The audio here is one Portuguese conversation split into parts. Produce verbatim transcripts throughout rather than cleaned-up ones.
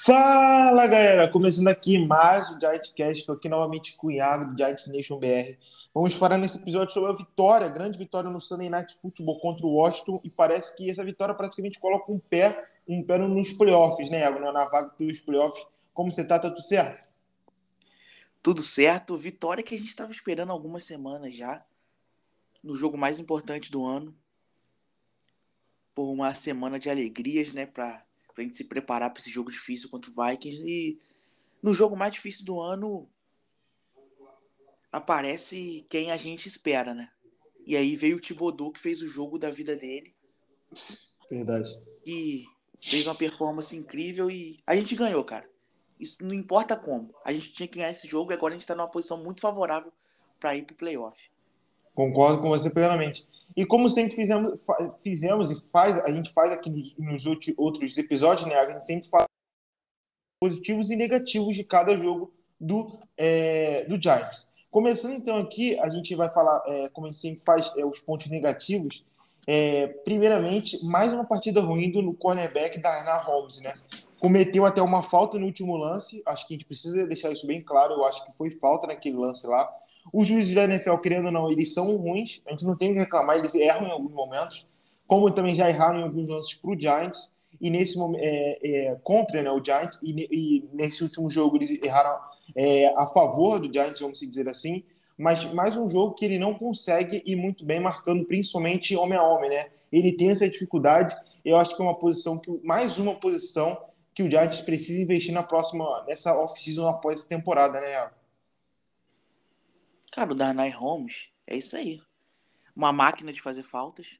Fala, galera! Começando aqui mais o GiantCast. Estou aqui novamente com o Iago do Giants Nation B R. Vamos falar nesse episódio sobre a vitória, a grande vitória no Sunday Night Football contra o Washington. E parece que essa vitória praticamente coloca um pé, um pé nos playoffs, né, Iago? Na vaga pelos playoffs. Como você tá? Tá tudo certo? Tudo certo, vitória que a gente estava esperando há algumas semanas já, no jogo mais importante do ano, por uma semana de alegrias, né, pra, pra gente se preparar para esse jogo difícil contra o Vikings. E no jogo mais difícil do ano, aparece quem a gente espera, né? E aí veio o Thibodeau, que fez o jogo da vida dele, Verdade. e fez uma performance incrível e a gente ganhou, cara. Isso não importa como. A gente tinha que ganhar esse jogo e agora a gente tá numa posição muito favorável para ir pro playoff. Concordo com você plenamente. E como sempre fizemos, fa- fizemos e faz, a gente faz aqui nos, nos outros outros episódios, né? A gente sempre fala positivos e negativos de cada jogo do, é, do Giants. Começando então aqui, a gente vai falar, é, como a gente sempre faz, é, os pontos negativos. É, primeiramente, mais uma partida ruim do cornerback da Arna Holmes, né? Cometeu até uma falta no último lance, acho que a gente precisa deixar isso bem claro, eu acho que foi falta naquele lance lá. Os juízes da N F L, querendo ou não, eles são ruins, a gente não tem que reclamar, eles erram em alguns momentos, como também já erraram em alguns lances para o Giants, e nesse momento, é, é, contra, né, o Giants, e, e, nesse último jogo eles erraram é, a favor do Giants, vamos dizer assim, mas mais um jogo que ele não consegue ir muito bem marcando, principalmente homem a homem, né? Ele tem essa dificuldade, eu acho que é uma posição, que mais uma posição que o Giants precisa investir na próxima, nessa off-season após a temporada, né? Cara, o Darnay Holmes é isso aí. Uma máquina de fazer faltas.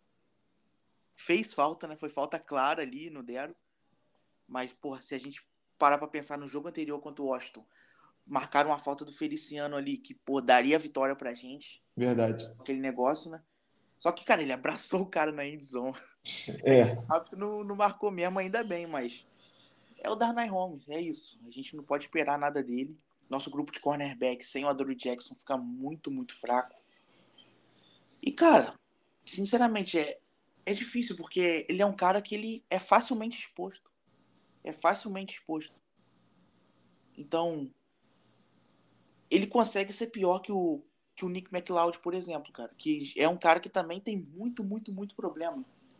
Fez falta, né? Foi falta clara ali no Dero. Mas, porra, se a gente parar pra pensar no jogo anterior contra o Washington, marcaram uma falta do Feliciano ali, que, pô, daria a vitória pra gente. Verdade. Aquele negócio, né? Só que, cara, ele abraçou o cara na endzone. É, O árbitro não, não marcou mesmo, ainda bem, mas é o Darnay Holmes, é isso. A gente não pode esperar nada dele. Nosso grupo de cornerback sem o Adoree Jackson fica muito, muito fraco. E, cara, sinceramente, é, é difícil, porque ele é um cara que ele é facilmente exposto. É facilmente exposto. Então, ele consegue ser pior que o, que o Nick McLeod, por exemplo, cara. Que é um cara que também tem muito, muito, muito problema.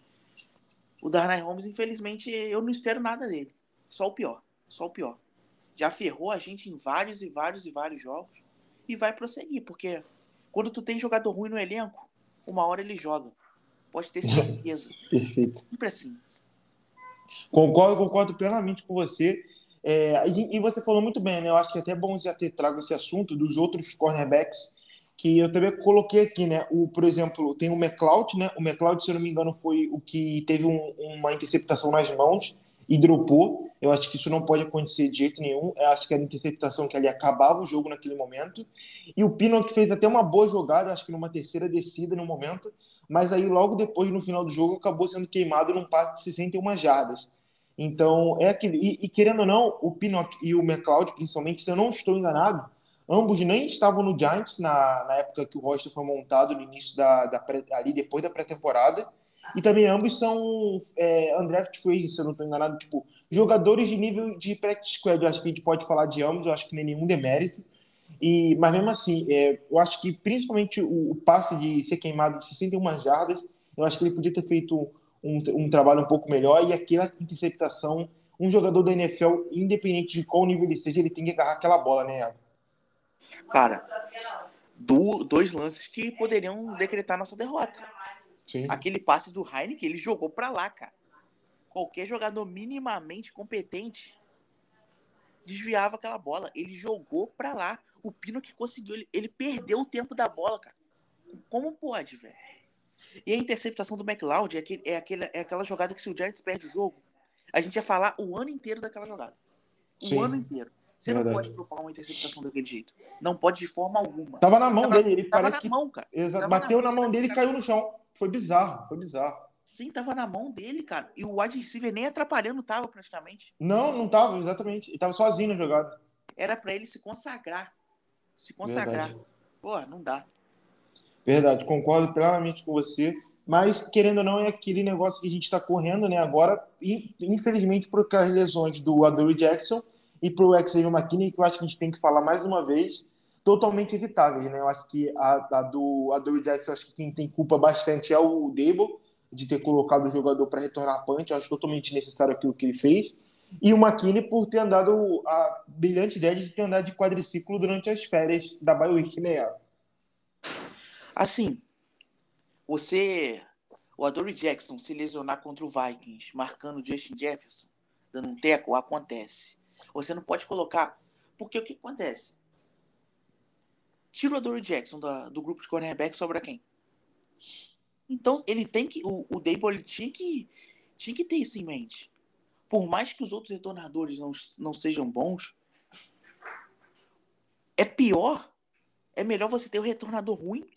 O Darnay Holmes, infelizmente, eu não espero nada dele. Só o pior. Só o pior. Já ferrou a gente em vários e vários e vários jogos. E vai prosseguir, porque quando tu tem jogador ruim no elenco, uma hora ele joga. Pode ter certeza. perfeito. Sempre assim. Concordo, concordo plenamente com você. É, e, e você falou muito bem, né? Eu acho que é até bom já ter trago esse assunto dos outros cornerbacks que eu também coloquei aqui, né? O, por exemplo, tem o McLeod, né? O McLeod, se eu não me engano, foi o que teve um, uma interceptação nas mãos e dropou. Eu acho que isso não pode acontecer de jeito nenhum. Eu acho que era a interceptação que ali acabava o jogo naquele momento. E o Pinnock fez até uma boa jogada, acho que numa terceira descida no momento, mas aí logo depois, no final do jogo, acabou sendo queimado num passe de sessenta e uma jardas. Então, é aquilo. E, e querendo ou não, o Pinnock e o McLeod, principalmente, se eu não estou enganado, ambos nem estavam no Giants na, na época que o roster foi montado, no início da, da pré, ali depois da pré-temporada. E também ambos são é, undrafted free, se eu não estou enganado, tipo, jogadores de nível de practice squad. Eu acho que a gente pode falar de ambos, eu acho que nem nenhum demérito. E, mas mesmo assim, é, eu acho que principalmente o, o passe de ser queimado de sessenta e uma jardas, eu acho que ele podia ter feito um, um trabalho um pouco melhor. E aquela interceptação, um jogador da N F L, independente de qual nível ele seja, ele tem que agarrar aquela bola, né, Iago? Cara, do, dois lances que poderiam decretar nossa derrota. Sim. Aquele passe do Heineken, ele jogou pra lá, cara. Qualquer jogador minimamente competente desviava aquela bola. Ele jogou pra lá. O Pino que conseguiu, ele, ele perdeu o tempo da bola, cara. Como pode, velho? E a interceptação do McLeod é, aquele, é, aquele, é aquela jogada que se o Giants perde o jogo, a gente ia falar o ano inteiro daquela jogada. O ano Sim, inteiro. Você não verdade. pode dropar uma interceptação daquele jeito. Não pode de forma alguma. Tava na mão Tava, dele, ele tava parece na que mão, cara. exa- Tava na bateu mão. na Será mão que os dele e caras caiu no chão. Foi bizarro, foi bizarro. sim, tava na mão dele, cara. E o wide receiver nem atrapalhando tava, praticamente. Não, não tava, exatamente. Ele tava sozinho na jogada. Era pra ele se consagrar. Se consagrar. Verdade. Pô, não dá. Verdade, concordo plenamente com você. Mas, querendo ou não, é aquele negócio que a gente está correndo, né? Agora, infelizmente, por causa das lesões do Adoree Jackson e para o Xavier McKinney, que eu acho que a gente tem que falar mais uma vez, totalmente evitáveis, né? Eu acho que a, a do Adoree Jackson, acho que quem tem culpa bastante é o Dable, de ter colocado o jogador para retornar a punch. Eu acho totalmente necessário aquilo que ele fez. E o McKinney por ter andado, a brilhante ideia de ter andado de quadriciclo durante as férias da bye week, né? Assim, você, o Adoree Jackson se lesionar contra o Vikings, marcando o Justin Jefferson, dando um teco, acontece. Você não pode colocar... Porque o que acontece? Tira o Adoree Jackson da, do grupo de cornerback, sobra quem? Então, ele tem que... O, o Dable tinha que, tinha que ter isso em mente. Por mais que os outros retornadores não, não sejam bons, é pior, é melhor você ter o retornador ruim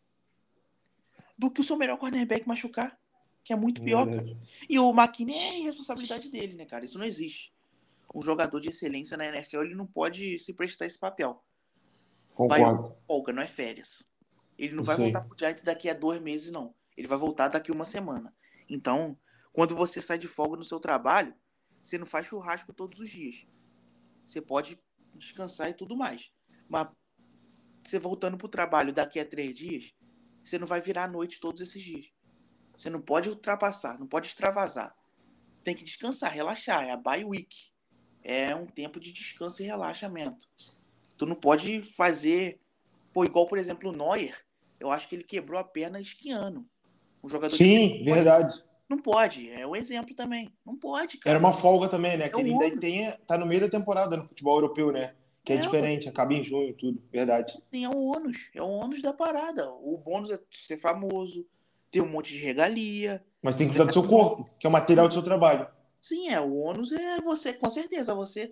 do que o seu melhor cornerback machucar, que é muito pior, cara. E o McKinney é responsabilidade dele, né, cara? Isso não existe. Um jogador de excelência na N F L, ele não pode se prestar esse papel. Vai Concordo. folga, não é férias. Ele não Eu vai voltar sei. pro Giants daqui a dois meses, não. Ele vai voltar daqui uma semana. Então, quando você sai de folga no seu trabalho, você não faz churrasco todos os dias. Você pode descansar e tudo mais. Mas você voltando pro trabalho daqui a três dias, você não vai virar à noite todos esses dias. Você não pode ultrapassar, não pode extravasar. Tem que descansar, relaxar. É a bye week. É um tempo de descanso e relaxamento. Tu não pode fazer... Pô, igual, por exemplo, o Neuer. Eu acho que ele quebrou a perna esquiando. Um jogador de futebol Sim, não pode... verdade. Não pode. É um exemplo também. Não pode, Era cara. uma folga também, né? É Que um ele ainda ônus. tem, tá no meio da temporada no futebol europeu, né? Que é É, diferente, acaba em junho e tudo, verdade. sim, é um ônus. É um ônus da parada. O bônus é ser famoso, ter um monte de regalia, Mas tem que cuidar do ganhar seu nome. corpo, que é o material do seu trabalho. Sim, é. O ônus é você, com certeza, você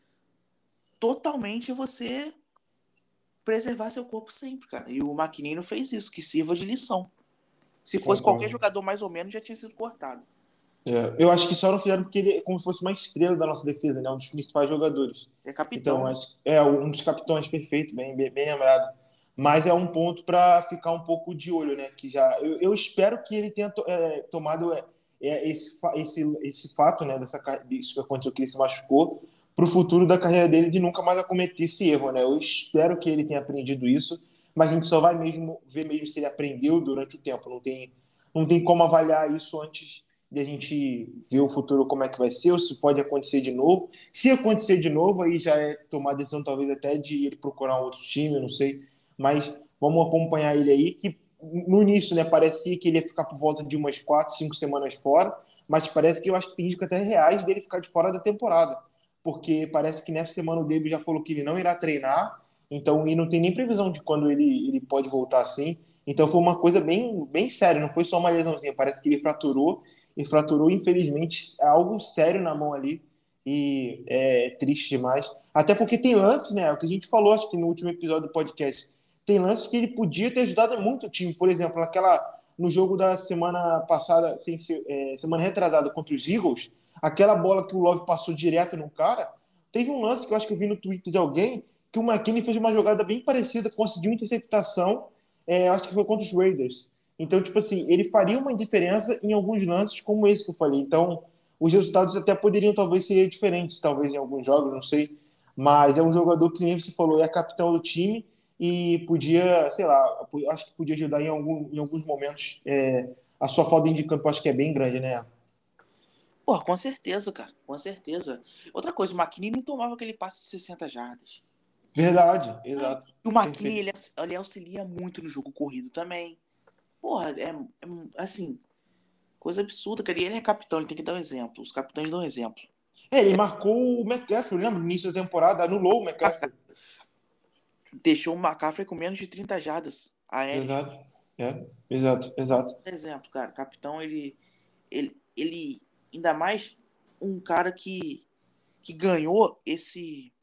totalmente você preservar seu corpo sempre, cara. E o McKinney não fez isso, que sirva de lição. Se fosse qualquer Concordo. jogador mais ou menos, já tinha sido cortado. É, eu acho que só não fizeram porque ele é como se fosse uma estrela da nossa defesa, né? Um dos principais jogadores. É Então, capitão, né? acho é um dos capitães perfeito, bem, bem, bem lembrado. Mas é um ponto para ficar um pouco de olho, né? Que já eu, eu espero que ele tenha to, é, tomado é, é, esse, esse, esse fato, né? Dessa, disso que aconteceu, que ele se machucou, para o futuro da carreira dele de nunca mais cometer esse erro, né? Eu espero que ele tenha aprendido isso, mas a gente só vai mesmo ver mesmo se ele aprendeu durante o tempo. Não tem, não tem como avaliar isso antes de a gente ver o futuro como é que vai ser, ou se pode acontecer de novo. Se acontecer de novo, aí já é tomar a decisão talvez até de ele procurar um outro time, eu não sei. Mas vamos acompanhar ele aí, que no início, né, parecia que ele ia ficar por volta de umas quatro, cinco semanas fora, mas parece que eu acho que tem risco até reais dele ficar de fora da temporada, porque parece que nessa semana o David já falou que ele não irá treinar, então e não tem nem previsão de quando ele, ele pode voltar assim. Então foi uma coisa bem, bem séria, não foi só uma lesãozinha, parece que ele fraturou e fraturou, infelizmente, algo sério na mão ali. E é triste demais. Até porque tem lances, né? O que a gente falou, acho que no último episódio do podcast. Tem lances que ele podia ter ajudado muito o time. Por exemplo, aquela, no jogo da semana passada, sem ser, é, semana retrasada contra os Eagles, aquela bola que o Love passou direto no cara. Teve um lance que eu acho que eu vi no Twitter de alguém que o McKinney fez uma jogada bem parecida, conseguiu interceptação, é, acho que foi contra os Raiders. Então, tipo assim, ele faria uma diferença em alguns lances como esse que eu falei. Então, os resultados até poderiam talvez ser diferentes, talvez em alguns jogos, não sei. Mas é um jogador que nem você falou, é capitão do time e podia, sei lá, acho que podia ajudar em, algum, em alguns momentos. É, a sua falta de campo acho que é bem grande, né? Pô, com certeza, cara. Com certeza. Outra coisa, o McKinney não tomava aquele passe de sessenta jardas. Verdade, É. exato. E o McKinney, Perfeito. ele, ele auxilia muito no jogo corrido também. Porra, é, é assim, coisa absurda, cara. E ele é capitão, ele tem que dar um exemplo. Os capitães dão um exemplo. É, ele marcou o McCaffrey, lembra? No início da temporada, anulou o McCaffrey. Deixou o McCaffrey com menos de trinta jardas aéreas. Exato. É, exato, Então, exato. exemplo, cara. Capitão, ele, ele, ele ainda mais um cara que, que ganhou esse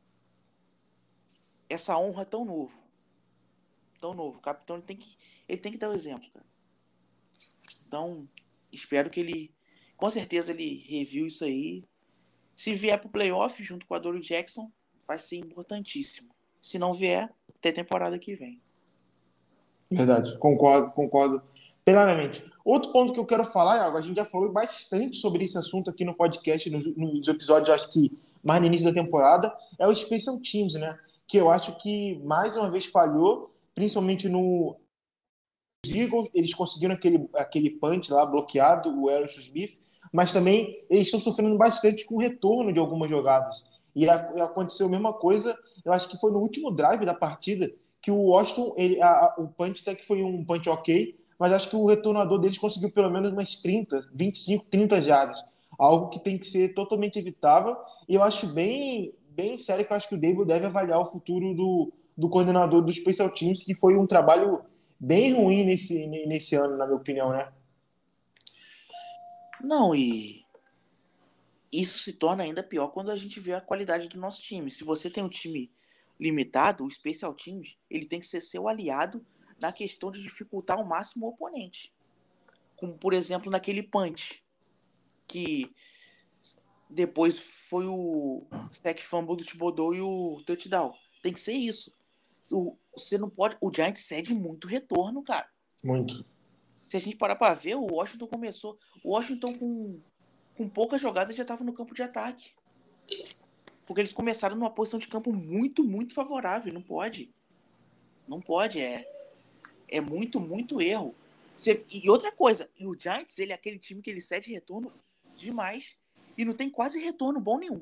essa honra tão novo. Tão novo. O capitão, ele tem que, ele tem que dar o exemplo, cara. Então, espero que ele, com certeza ele reviu isso aí. Se vier pro playoff junto com a Dory Jackson, vai ser importantíssimo. Se não vier, até temporada que vem. Verdade, concordo, concordo Plenamente. Outro ponto que eu quero falar, Iago, a gente já falou bastante sobre esse assunto aqui no podcast, nos, nos episódios, acho que mais no início da temporada, é o Special Teams, né? Que eu acho que mais uma vez falhou, principalmente no Eagles, eles conseguiram aquele, aquele punch lá bloqueado, o Aaron Smith, mas também eles estão sofrendo bastante com o retorno de algumas jogadas. E a, aconteceu a mesma coisa, eu acho que foi no último drive da partida, que o Washington, ele, a, a, o punch até que foi um punch ok, mas acho que o retornador deles conseguiu pelo menos umas trinta, vinte e cinco, trinta jardas. Algo que tem que ser totalmente evitável. E eu acho bem, bem sério que eu acho que o Dable deve avaliar o futuro do, do coordenador do Special Teams, que foi um trabalho bem ruim nesse, nesse ano, na minha opinião, né? Não, e isso se torna ainda pior quando a gente vê a qualidade do nosso time. Se você tem um time limitado, o Special Teams, ele tem que ser seu aliado na questão de dificultar ao máximo o oponente. Como, por exemplo, naquele punch, que depois foi o stack fumble do Thibodeau e o touchdown. Tem que ser isso. O, você não pode... O Giants cede muito retorno, cara. Muito. Se a gente parar pra ver, o Washington começou... O Washington com, com poucas jogadas já estava no campo de ataque. Porque eles começaram numa posição de campo muito, muito favorável. Não pode. Não pode. É, é muito, muito erro. Você, e outra coisa, e o Giants, ele é aquele time que ele cede retorno demais e não tem quase retorno bom nenhum.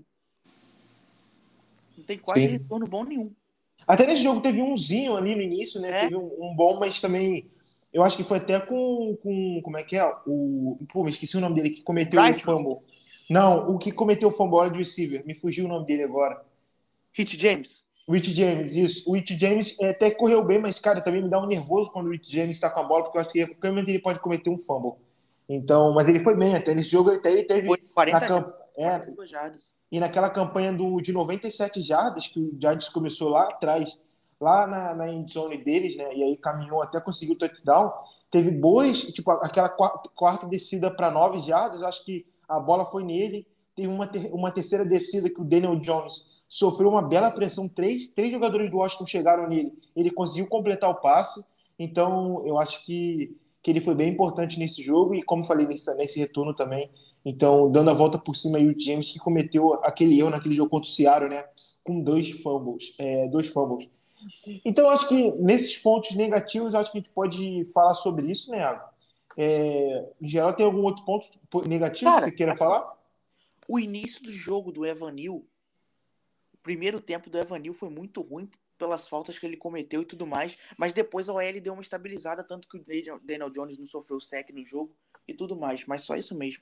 Não tem quase Sim. retorno bom nenhum. Até nesse jogo teve umzinho ali no início, né? É? Teve um, um bom, mas também... Eu acho que foi até com... com como é que é? O... Pô, me esqueci o nome dele, que cometeu Right. o fumble. Não, o que cometeu o fumble era de receiver. Me fugiu o nome dele agora. Rich James. Rich James, isso. O Rich James é, até correu bem, mas, cara, também me dá um nervoso quando o Rich James está com a bola, porque eu acho que a qualquer momento ele pode cometer um fumble. Então, mas ele foi bem até. Nesse jogo até ele teve... Foi quarenta na camp... é, jardas. E naquela campanha do, de noventa e sete jardas, que o Giants começou lá atrás, lá na, na endzone deles, né? E aí caminhou até conseguir o touchdown. Teve boas, tipo, aquela quarta, quarta descida para nove jardas, acho que a bola foi nele. Teve uma, ter, uma terceira descida que o Daniel Jones sofreu uma bela pressão. Três, três jogadores do Washington chegaram nele. Ele conseguiu completar o passe. Então, eu acho que, que ele foi bem importante nesse jogo. E, como falei, nesse, nesse retorno também. Então, dando a volta por cima aí, o James que cometeu aquele erro naquele jogo contra o Seattle, né? Com dois fumbles. É, dois fumbles. Então, acho que nesses pontos negativos, acho que a gente pode falar sobre isso, né, Iago? É, em geral, tem algum outro ponto negativo Cara, que você queira assim, falar? O início do jogo do Evanil, o primeiro tempo do Evanil foi muito ruim pelas faltas que ele cometeu e tudo mais, mas depois a O L deu uma estabilizada, tanto que o Daniel Jones não sofreu sec no jogo e tudo mais, mas só isso mesmo.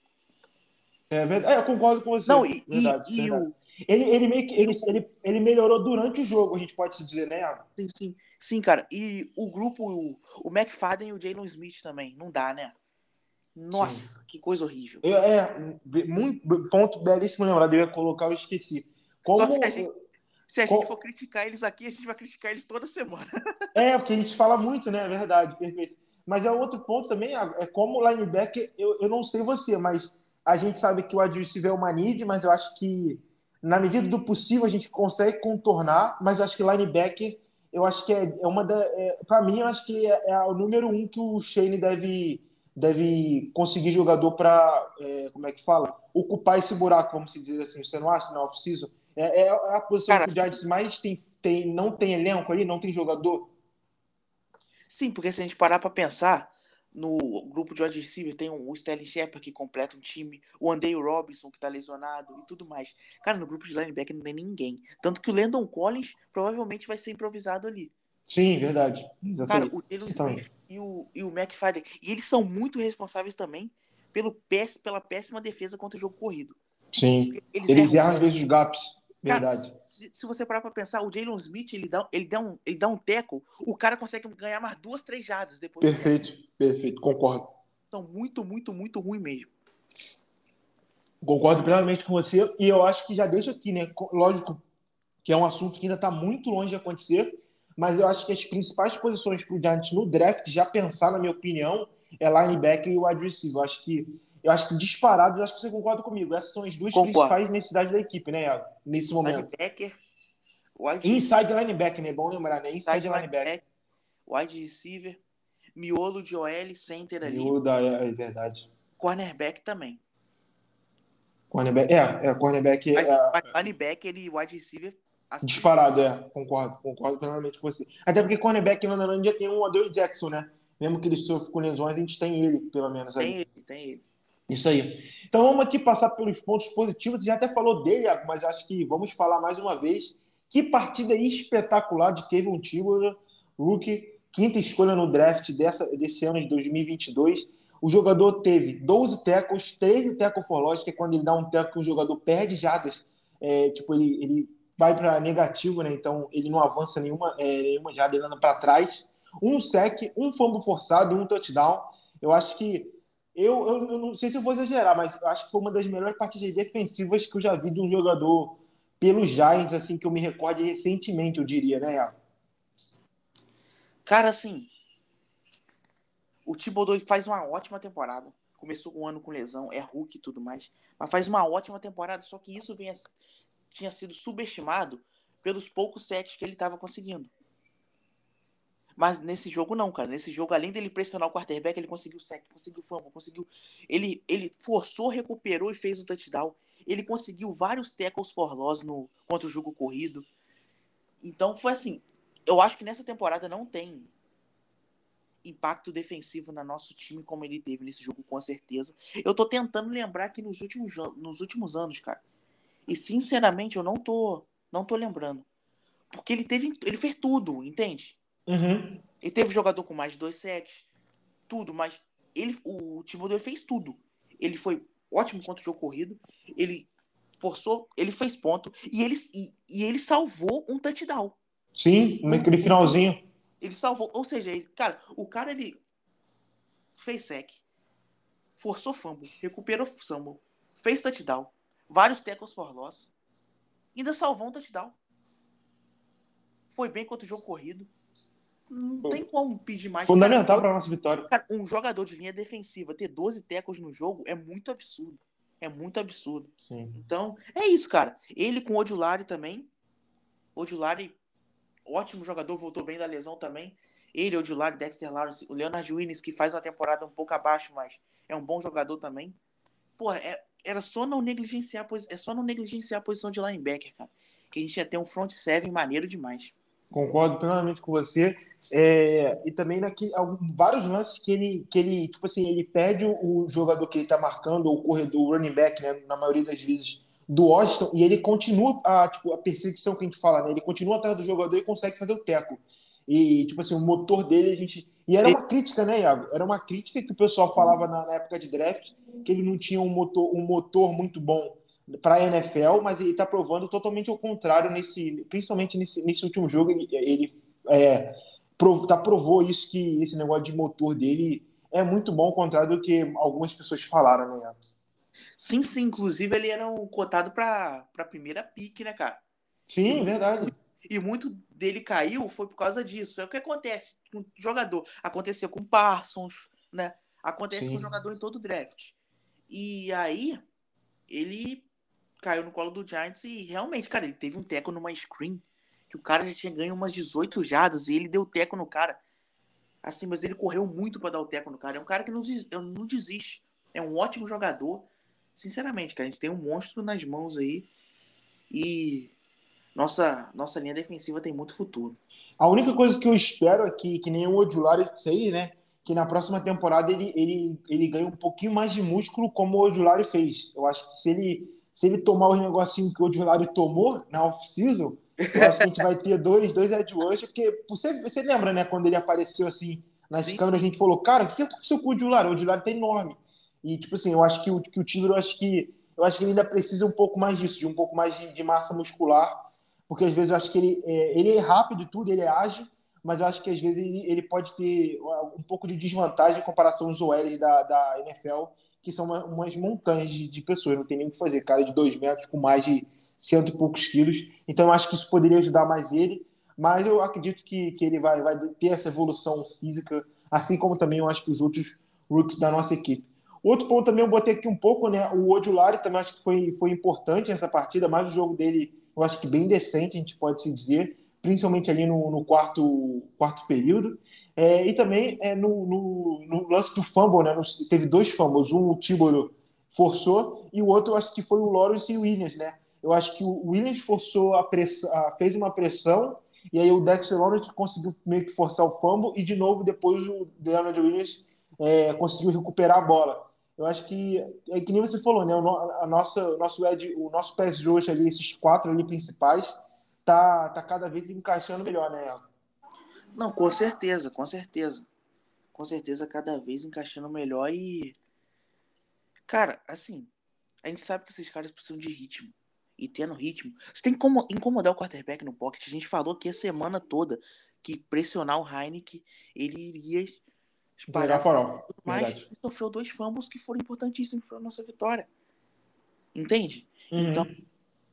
É verdade. É, eu concordo com você. Não, e, Verdade, e, e verdade. o... Ele, ele meio que E ele, o ele, ele melhorou durante o jogo, a gente pode se dizer, né, Iago? sim, sim, sim, cara. E o grupo, o, o McFadden e o Jalen Smith também, não dá, né? Sim. Nossa, que coisa horrível. Eu, é, muito, ponto belíssimo lembrado, eu ia colocar, eu esqueci. Só que se a gente, Como, se a gente for como criticar eles aqui, a gente vai criticar eles toda semana. É, porque a gente fala muito, né? É verdade, perfeito. Mas é outro ponto também, é como o linebacker, eu, eu não sei você, mas a gente sabe que o wide receiver é uma need, mas eu acho que na medida do possível a gente consegue contornar, mas eu acho que linebacker, eu acho que é, é uma da. É, para mim, eu acho que é, é o número um que o Shane deve, deve conseguir jogador para, é, como é que fala? Ocupar esse buraco, vamos dizer assim. Você não acha na off-season? É, é a posição Cara, que o Giants mais tem, tem, não tem elenco ali, não tem jogador. sim, porque se a gente parar pra pensar, no grupo de wide receiver tem o Sterling Shepard que completa um time, o Andale Robinson que tá lesionado e tudo mais. Cara, no grupo de linebacker não tem ninguém. Tanto que o Landon Collins provavelmente vai ser improvisado ali. Sim, verdade. Cara, Exatamente. o Jalen Exatamente. Smith e o, e o McFadden. E eles são muito responsáveis também pelo péss, pela péssima defesa contra o jogo corrido. Sim. Eles Eles erram. erram às vezes os gaps. Cara, Verdade. se, se você parar pra pensar, o Jalen Smith, ele dá, ele, dá um, ele dá um teco, o cara consegue ganhar mais duas, três jardas depois do teco. Perfeito, perfeito. Concordo. São muito, muito, muito ruim mesmo. Concordo plenamente com você. E eu acho que já deixo aqui, né? Lógico que é um assunto que ainda está muito longe de acontecer, mas eu acho que as principais posições para o Giants no draft, já pensar, na minha opinião, é linebacker e wide receiver. Eu acho que, eu acho que disparados, eu acho que você concorda comigo. Essas são as duas Concordo. principais necessidades da equipe, né, Iago? Nesse momento. Linebacker, wide Inside linebacker, né? É bom lembrar, né? Inside receiver, linebacker. wide receiver. miolo de O L, center ali. Miolo da, é, é verdade. Cornerback também. Cornerback, é, é, cornerback Mas, é, mas linebacker e wide receiver... disparado, é. Concordo, concordo plenamente com você. Até porque cornerback, não, não, já tem um Adore Jackson, né? Mesmo que ele sofra com lesões, a gente tem ele, pelo menos, Tem aí. ele, tem ele. Isso aí. Então vamos aqui passar pelos pontos positivos. Você já até falou dele, Iago, mas acho que vamos falar mais uma vez. Que partida espetacular de Kevin Thibodeau, rookie, quinta escolha no draft dessa, desse ano de dois mil e vinte e dois. O jogador teve doze tackles, treze tackles for loss, que é quando ele dá um tackle que o jogador perde jardas. É, tipo, ele, ele vai para negativo, né? Então ele não avança nenhuma, é, nenhuma jarda, ele anda para trás. Um sec, um fumble forçado e um touchdown. Eu acho que eu, eu, eu não sei se eu vou exagerar, mas eu acho que foi uma das melhores partidas defensivas que eu já vi de um jogador pelos Giants, assim, que eu me recorde recentemente, eu diria, né, Iago? Cara, assim, o Thibodeau faz uma ótima temporada. Começou um ano com lesão, é Hulk e tudo mais, mas faz uma ótima temporada, só que isso vinha, tinha sido subestimado pelos poucos sacks que ele estava conseguindo. Mas nesse jogo não, cara. Nesse jogo, além dele pressionar o quarterback, ele conseguiu sack, conseguiu fumble, conseguiu... Ele, ele forçou, recuperou e fez o touchdown. Ele conseguiu vários tackles for loss no, contra o jogo corrido. Então foi assim, eu acho que nessa temporada não tem impacto defensivo no nosso time como ele teve nesse jogo, com certeza. Eu tô tentando lembrar aqui nos últimos, nos últimos anos, cara. E sinceramente eu não tô, não tô lembrando. Porque ele teve, ele fez tudo, entende? Uhum. Ele teve jogador com mais de dois sacks, tudo, mas ele, o Thibodeau fez tudo. Ele foi ótimo contra o jogo corrido, ele forçou, ele fez ponto e ele, e, e ele salvou um touchdown. Sim, naquele finalzinho. Ele salvou, ou seja, ele, cara, o cara ele fez sec, forçou fumble, recuperou fumble, fez touchdown, vários tackles for loss, ainda salvou um touchdown. Foi bem contra o jogo corrido. Não tem como pedir mais. Fundamental para nossa vitória. Cara, um jogador de linha defensiva ter doze tackles no jogo é muito absurdo. É muito absurdo. Sim. Então, é isso, cara. Ele com o Odulari também. Odulari, ótimo jogador, voltou bem da lesão também. Ele, Odulari, Dexter Lawrence, o Leonard Williams, que faz uma temporada um pouco abaixo, mas é um bom jogador também. Pô, é, era só não negligenciar, é só não negligenciar a posição de linebacker, cara. Que a gente ia ter um front seven maneiro demais. Concordo plenamente com você. É, e também naquele, vários lances que ele, que ele, tipo assim, ele perde o, o jogador que ele está marcando, ou o corredor, o running back, né, na maioria das vezes, do Washington, e ele continua a, tipo, a perseguição que a gente fala, né? Ele continua atrás do jogador e consegue fazer o teco. E, tipo assim, o motor dele, a gente. E era uma crítica, né, Iago? Era uma crítica que o pessoal falava na, na época de draft, que ele não tinha um motor, um motor muito bom para a N F L, mas ele está provando totalmente ao contrário, nesse, principalmente nesse, nesse último jogo. Ele, ele é, prov, tá, provou isso, que esse negócio de motor dele é muito bom, ao contrário do que algumas pessoas falaram, né? Sim, sim. Inclusive, ele era um cotado para a primeira pick, né, cara? Sim, e, verdade. E muito dele caiu foi por causa disso. É o que acontece com o jogador. Aconteceu com o Parsons, né? Acontece sim. com o jogador em todo o draft. E aí, ele caiu no colo do Giants e realmente, cara, ele teve um teco numa screen que o cara já tinha ganho umas dezoito jardas e ele deu teco no cara. Assim, mas ele correu muito para dar o teco no cara. É um cara que não, não desiste. É um ótimo jogador. Sinceramente, cara, a gente tem um monstro nas mãos aí e nossa, nossa linha defensiva tem muito futuro. A única coisa que eu espero é que, que nem o Odulari fez, né? Que na próxima temporada ele, ele, ele ganhe um pouquinho mais de músculo como o Odulari fez. Eu acho que se ele, se ele tomar os negocinhos que o Odulari tomou na off-season, eu acho que a gente vai ter dois, dois edge rushers, porque você, você lembra, né, quando ele apareceu assim nas sim, câmeras, sim. A gente falou, cara, o que aconteceu com o Odulari? O Odulari tá enorme. E, tipo assim, eu acho que o, que o Tigre, eu acho que eu acho que ele ainda precisa um pouco mais disso, de um pouco mais de, de massa muscular, porque às vezes eu acho que ele é, ele é rápido e tudo, ele é ágil, mas eu acho que às vezes ele, ele pode ter um pouco de desvantagem em comparação aos O Ls da, da N F L, que são uma, umas montanhas de, de pessoas, não tem nem o que fazer, cara de dois metros com mais de cento e poucos quilos, então eu acho que isso poderia ajudar mais ele, mas eu acredito que, que ele vai, vai ter essa evolução física, assim como também eu acho que os outros rookies da nossa equipe. Outro ponto também eu botei aqui um pouco, né, o Odulari também acho que foi, foi importante nessa partida, mas o jogo dele eu acho que bem decente, a gente pode se dizer, principalmente ali no, no quarto, quarto período. É, e também é, no, no, no lance do fumble, né? No, teve dois fumbles, um o Thibodeau forçou e o outro eu acho que foi o Lawrence Williams, né? Eu acho que o Williams forçou a pressão, fez uma pressão e aí o Dexter Lawrence conseguiu meio que forçar o fumble e de novo depois o DeAndre Williams é, conseguiu recuperar a bola. Eu acho que é que nem você falou, né? O, no, a nossa, nosso Ed, o nosso pass rush ali, esses quatro ali principais, tá, tá cada vez encaixando melhor, né? Não, com certeza, com certeza. Com certeza cada vez encaixando melhor e... Cara, assim, a gente sabe que esses caras precisam de ritmo. E tendo ritmo, você tem que incomodar o quarterback no pocket. A gente falou aqui a semana toda que pressionar o Heineken, ele iria Entregar espalhar farofa, tudo mais verdade. e sofreu dois fumbles que foram importantíssimos para nossa vitória. Entende? Então, Uhum.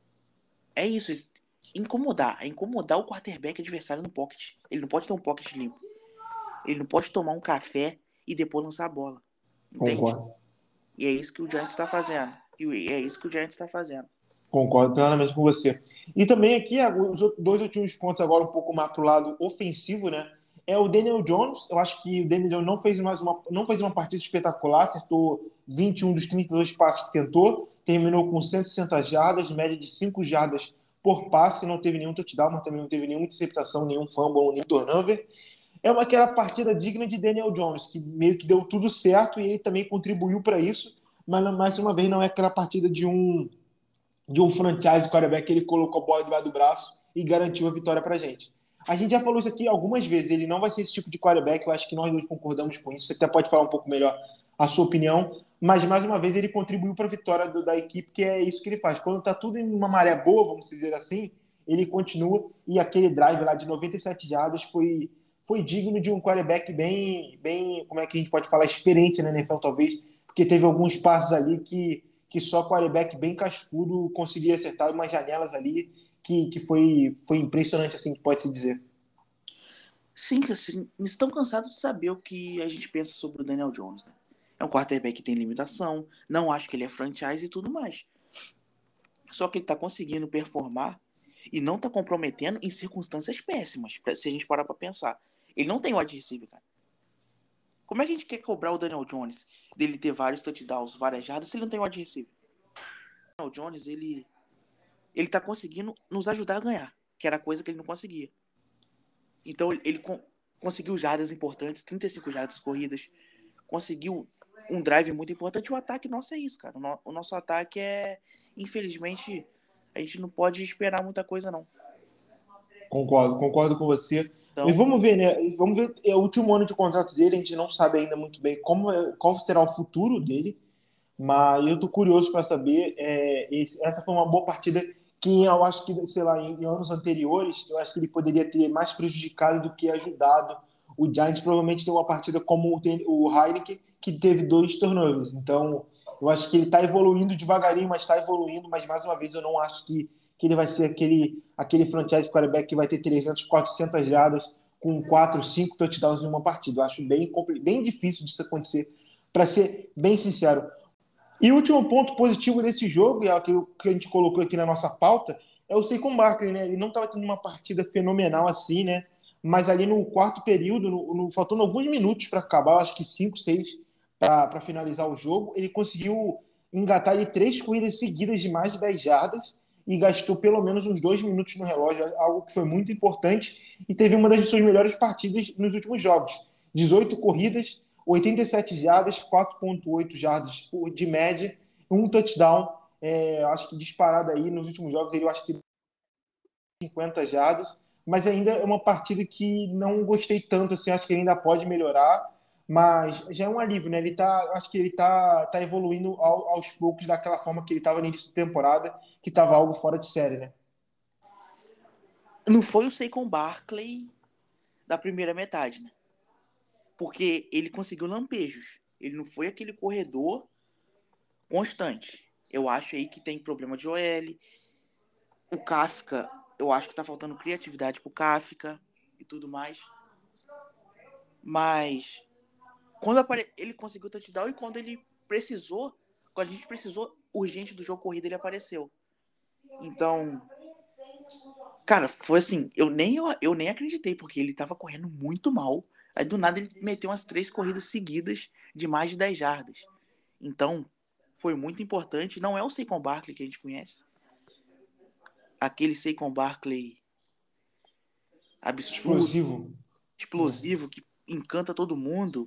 é isso. Incomodar. É incomodar o quarterback adversário no pocket. Ele não pode ter um pocket limpo. Ele não pode tomar um café e depois lançar a bola. Entende? Concordo. E é isso que o Giants está fazendo. E é isso que o Giants está fazendo. Concordo plenamente com você. E também aqui, os dois últimos pontos agora um pouco mais para o lado ofensivo, né? É o Daniel Jones. Eu acho que o Daniel Jones não fez mais uma, não fez uma partida espetacular, acertou vinte e um dos trinta e dois passes que tentou, terminou com cento e sessenta jardas, média de cinco jardas por passe, não teve nenhum touchdown, mas também não teve nenhuma interceptação, nenhum fumble, nem turnover. É uma, aquela partida digna de Daniel Jones, que meio que deu tudo certo e ele também contribuiu para isso, mas mais uma vez não é aquela partida de um de um franchise quarterback que ele colocou a bola debaixo do braço e garantiu a vitória pra gente. A gente já falou isso aqui algumas vezes, ele não vai ser esse tipo de quarterback, eu acho que nós dois concordamos com isso, você até pode falar um pouco melhor a sua opinião, mas mais uma vez ele contribuiu para a vitória do, da equipe, que é isso que ele faz. Quando tá tudo em uma maré boa, vamos dizer assim, ele continua e aquele drive lá de noventa e sete jardas foi, foi digno de um quarterback bem, bem, como é que a gente pode falar, experiente na N F L talvez, porque teve alguns passes ali que que só quarterback bem cascudo conseguia acertar umas janelas ali que, que foi, foi impressionante, assim, pode-se dizer. Sim, assim, estão cansados de saber o que a gente pensa sobre o Daniel Jones, né? É um quarterback que tem limitação, não acho que ele é franchise e tudo mais. Só que ele tá conseguindo performar e não tá comprometendo em circunstâncias péssimas, se a gente parar pra pensar. Ele não tem wide receiver, cara. Como é que a gente quer cobrar o Daniel Jones dele ter vários touchdowns, várias jardas, se ele não tem wide receiver? O Daniel Jones, ele, ele tá conseguindo nos ajudar a ganhar, que era coisa que ele não conseguia. Então ele con- conseguiu jardas importantes, trinta e cinco jardas corridas, conseguiu um drive muito importante. O ataque nosso é isso, cara. O, no- o nosso ataque é, infelizmente, a gente não pode esperar muita coisa, não. Concordo, concordo com você. E Então, vamos ver, né? Vamos ver, é o último ano de contrato dele, a gente não sabe ainda muito bem como é- qual será o futuro dele, mas eu tô curioso para saber. É, esse- essa foi uma boa partida que eu acho que, sei lá, em, em anos anteriores, eu acho que ele poderia ter mais prejudicado do que ajudado. O Giants provavelmente tem uma partida como o, ten- o Heineken, que teve dois turnovers. Então, eu acho que ele está evoluindo devagarinho, mas está evoluindo. Mas, mais uma vez, eu não acho que, que ele vai ser aquele, aquele franchise quarterback que vai ter trezentas, quatrocentas jardas com quatro, cinco touchdowns em uma partida. Eu acho bem, bem difícil disso acontecer, para ser bem sincero. E o último ponto positivo desse jogo, e é o que, que a gente colocou aqui na nossa pauta, é o Saquon Barkley, né? Ele não estava tendo uma partida fenomenal assim, né? Mas ali no quarto período, no, no, faltando alguns minutos para acabar, acho que cinco, seis para finalizar o jogo, ele conseguiu engatar ali três corridas seguidas de mais de dez jardas e gastou pelo menos uns dois minutos no relógio, algo que foi muito importante e teve uma das suas melhores partidas nos últimos jogos. dezoito corridas, oitenta e sete jardas, quatro vírgula oito jardas de média, um touchdown. É, acho que disparado aí nos últimos jogos, ele eu acho que cinquenta jardas, mas ainda é uma partida que não gostei tanto, assim, acho que ele ainda pode melhorar, mas já é um alívio, né? Ele tá, acho que ele tá, tá evoluindo ao, aos poucos daquela forma que ele estava no início da temporada, que estava algo fora de série, né? não foi o Saquon Barkley da primeira metade, né? Porque ele conseguiu lampejos. Ele não foi aquele corredor constante. Eu acho aí que tem problema de O L. O Kafka, eu acho que tá faltando criatividade pro Kafka e tudo mais. Mas quando apare... ele conseguiu touchdown e quando ele precisou, quando a gente precisou urgente do jogo corrido, ele apareceu. Então, Cara, foi assim, eu nem, eu, eu nem acreditei, porque ele tava correndo muito mal. Aí do nada ele meteu umas três corridas seguidas de mais de dez jardas. Então, foi muito importante. Não é o Saquon Barkley que a gente conhece. Aquele Saquon Barkley absurdo, Explosivo. explosivo, que encanta todo mundo.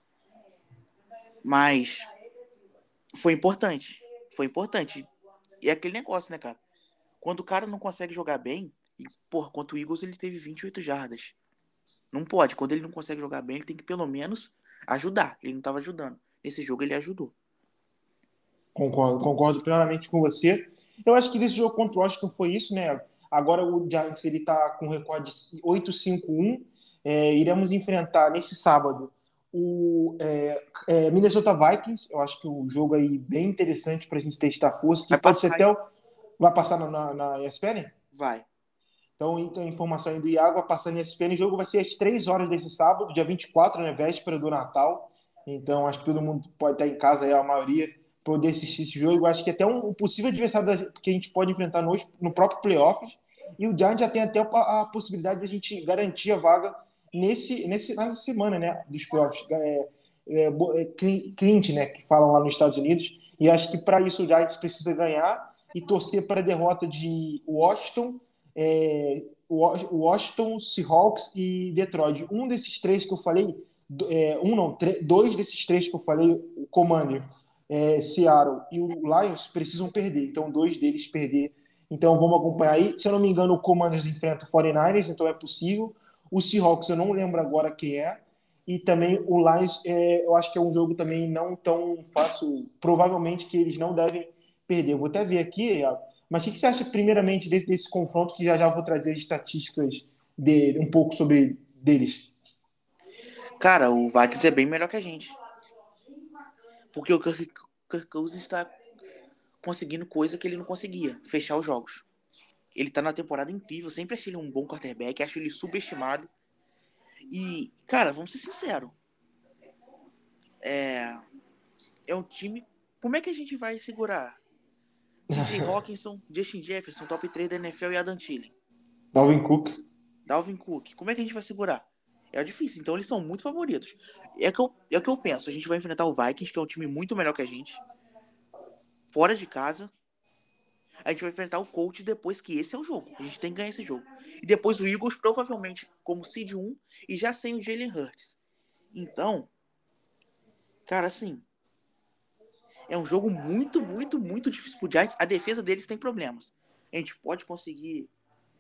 Mas foi importante. Foi importante. E é aquele negócio, né, cara? Quando o cara não consegue jogar bem, e, porra, contra o Eagles ele teve vinte e oito jardas. Não pode. Quando ele não consegue jogar bem, ele tem que pelo menos ajudar. Ele não estava ajudando. Nesse jogo ele ajudou. Concordo, concordo plenamente com você. Eu acho que nesse jogo contra o Washington foi isso, né? Agora o Giants ele está com recorde oito cinco um. É, iremos enfrentar nesse sábado o é, é, Minnesota Vikings. Eu acho que o jogo aí bem interessante para a gente testar força, que Vai pode ser passar, até hein? o... Vai passar na, na, na E S P N? Vai. Então, então, a informação aí do Iago vai passar na E S P N. O jogo vai ser às três horas desse sábado, dia vinte e quatro, né? Véspera do Natal. Então, acho que todo mundo pode estar em casa aí, a maioria, poder assistir esse jogo. Acho que até um, um possível adversário da, que a gente pode enfrentar no, no próprio playoffs. E o Giants já tem até a, a possibilidade de a gente garantir a vaga nesse, nesse, nessa semana, né? Dos playoffs. É, é, é, Clint, né? Que falam lá nos Estados Unidos. E acho que para isso o Giants precisa ganhar e torcer para a derrota de Washington, é, Washington, Seahawks e Detroit. Um desses três que eu falei, é, um não, dois desses três que eu falei, o Commander, é, Seattle e o Lions precisam perder. Então, dois deles perder. Então, vamos acompanhar aí. Se eu não me engano, o Commanders enfrenta o quarenta e nove ers, então é possível. O Seahawks, eu não lembro agora quem é. E também o Lions, é, eu acho que é um jogo também não tão fácil. Provavelmente que eles não devem perder. Eu vou até ver aqui, mas o que você acha, primeiramente, desse, desse confronto, que já já vou trazer as estatísticas de, um pouco sobre deles? Cara, o Vikings é bem melhor que a gente. Porque o Kirk, Kirk Cousins está conseguindo coisa que ele não conseguia. Fechar os jogos. Ele tá na temporada incrível. Sempre achei ele um bom quarterback. Acho ele subestimado. E, cara, vamos ser sinceros. É... É um time... Como é que a gente vai segurar T J Hawkinson, Justin Jefferson, top três da N F L e Adam Thielen? Dalvin Cook. Dalvin Cook. Como é que a gente vai segurar? É difícil. Então eles são muito favoritos. É que eu, é o que eu penso. A gente vai enfrentar o Vikings, que é um time muito melhor que a gente. Fora de casa. A gente vai enfrentar o Colts depois, que esse é o jogo. A gente tem que ganhar esse jogo. E depois o Eagles, provavelmente, como seed um, e já sem o Jalen Hurts. Então, cara, assim, é um jogo muito, muito, muito difícil pro Giants. A defesa deles tem problemas. A gente pode conseguir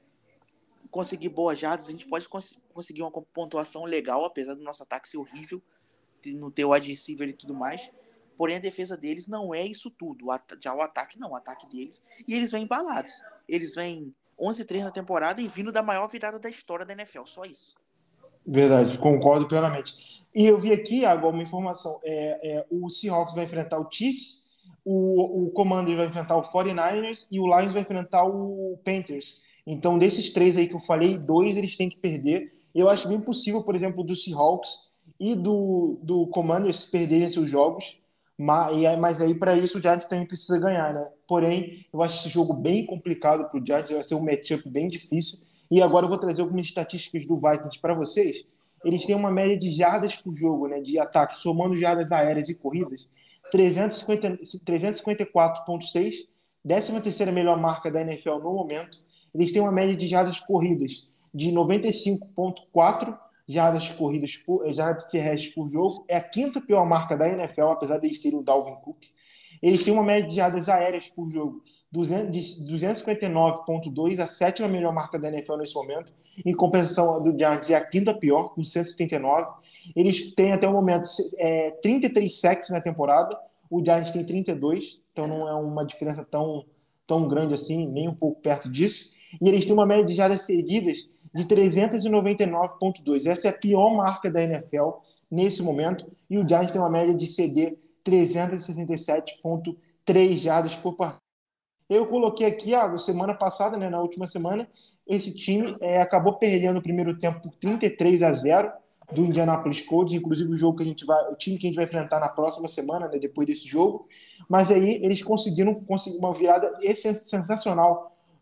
conseguir boas jardas, a gente pode cons- conseguir uma pontuação legal, apesar do nosso ataque ser horrível, de não ter o wide receiver e tudo mais. Porém, a defesa deles não é isso tudo. O at- já o ataque não, o ataque deles. E eles vêm embalados. Eles vêm onze a três na temporada e vindo da maior virada da história da N F L. Só isso. Verdade, concordo plenamente. E eu vi aqui, agora uma informação. É, é, o Seahawks vai enfrentar o Chiefs, o, o Commanders vai enfrentar o quarenta e nove ers e o Lions vai enfrentar o Panthers. Então, desses três aí que eu falei, dois eles têm que perder. Eu acho bem possível, por exemplo, do Seahawks e do, do Commanders perderem seus jogos. Mas, mas aí, para isso, o Giants também precisa ganhar, né? Porém, eu acho esse jogo bem complicado para o Giants, vai ser um matchup bem difícil. E agora eu vou trazer algumas estatísticas do Vikings para vocês. Eles têm uma média de jardas por jogo, né, de ataque, somando jardas aéreas e corridas, trezentos e cinquenta, trezentos e cinquenta e quatro vírgula seis, décima terceira melhor marca da N F L no momento. Eles têm uma média de jardas corridas de noventa e cinco vírgula quatro jardas corridas por, jardas terrestres por jogo. É a quinta pior marca da N F L, apesar de eles terem o Dalvin Cook. Eles têm uma média de jardas aéreas por jogo de duzentos e cinquenta e nove vírgula dois, a sétima melhor marca da N F L nesse momento. Em compensação, a do Giants é a quinta pior, com cento e setenta e nove. Eles têm até o momento é, trinta e três sacks na temporada, o Giants tem trinta e dois, então não é uma diferença tão, tão grande assim, nem um pouco perto disso. E eles têm uma média de jardas cedidas de trezentos e noventa e nove vírgula dois. Essa é a pior marca da N F L nesse momento. E o Giants tem uma média de C D trezentos e sessenta e sete vírgula três jardas por partida. Eu coloquei aqui, ah, semana passada, né, na última semana, esse time é, acabou perdendo o primeiro tempo por trinta e três a zero do Indianapolis Colts, inclusive o jogo que a gente vai, o time que a gente vai enfrentar na próxima semana, né, depois desse jogo. Mas aí eles conseguiram conseguir uma virada sensacional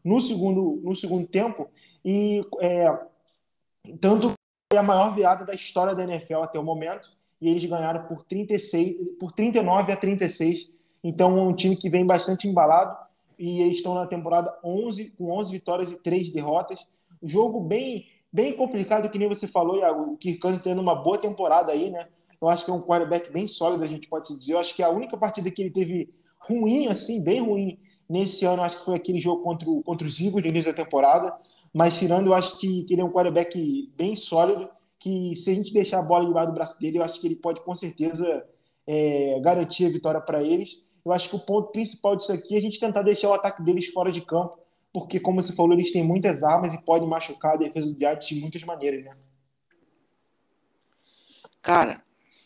no segundo, no segundo tempo, e é, tanto é a maior virada da história da N F L até o momento, e eles ganharam por, trinta e seis, por trinta e nove a trinta e seis. Então, é um time que vem bastante embalado, e eles estão na temporada onze, com onze vitórias e três derrotas. Jogo bem, bem complicado, que nem você falou, Iago. O Kirk Cousins tendo uma boa temporada aí, né? Eu acho que é um quarterback bem sólido, a gente pode se dizer. Eu acho que a única partida que ele teve ruim, assim, bem ruim, nesse ano, acho que foi aquele jogo contra, o, contra os Eagles no início da temporada. Mas tirando, eu acho que, que ele é um quarterback bem sólido, que se a gente deixar a bola debaixo do braço dele, eu acho que ele pode, com certeza, é, garantir a vitória para eles. Eu acho que o ponto principal disso aqui é a gente tentar deixar o ataque deles fora de campo, porque, como você falou, eles têm muitas armas e podem machucar a defesa do Giants de muitas maneiras, né? Cara,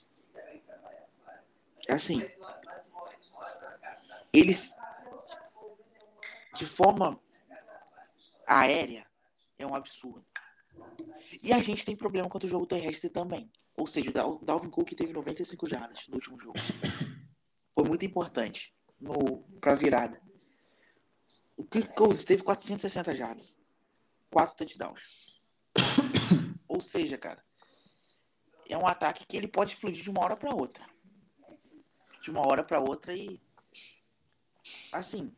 assim, eles, de forma aérea, é um absurdo. E a gente tem problema contra o jogo terrestre também. Ou seja, o Dalvin Cook teve noventa e cinco jardas no último jogo. Foi muito importante para a virada. O Kirk Cousins teve quatrocentas e sessenta jardas. quatro touchdowns. Ou seja, cara, é um ataque que ele pode explodir de uma hora para outra. De uma hora para outra e... Assim...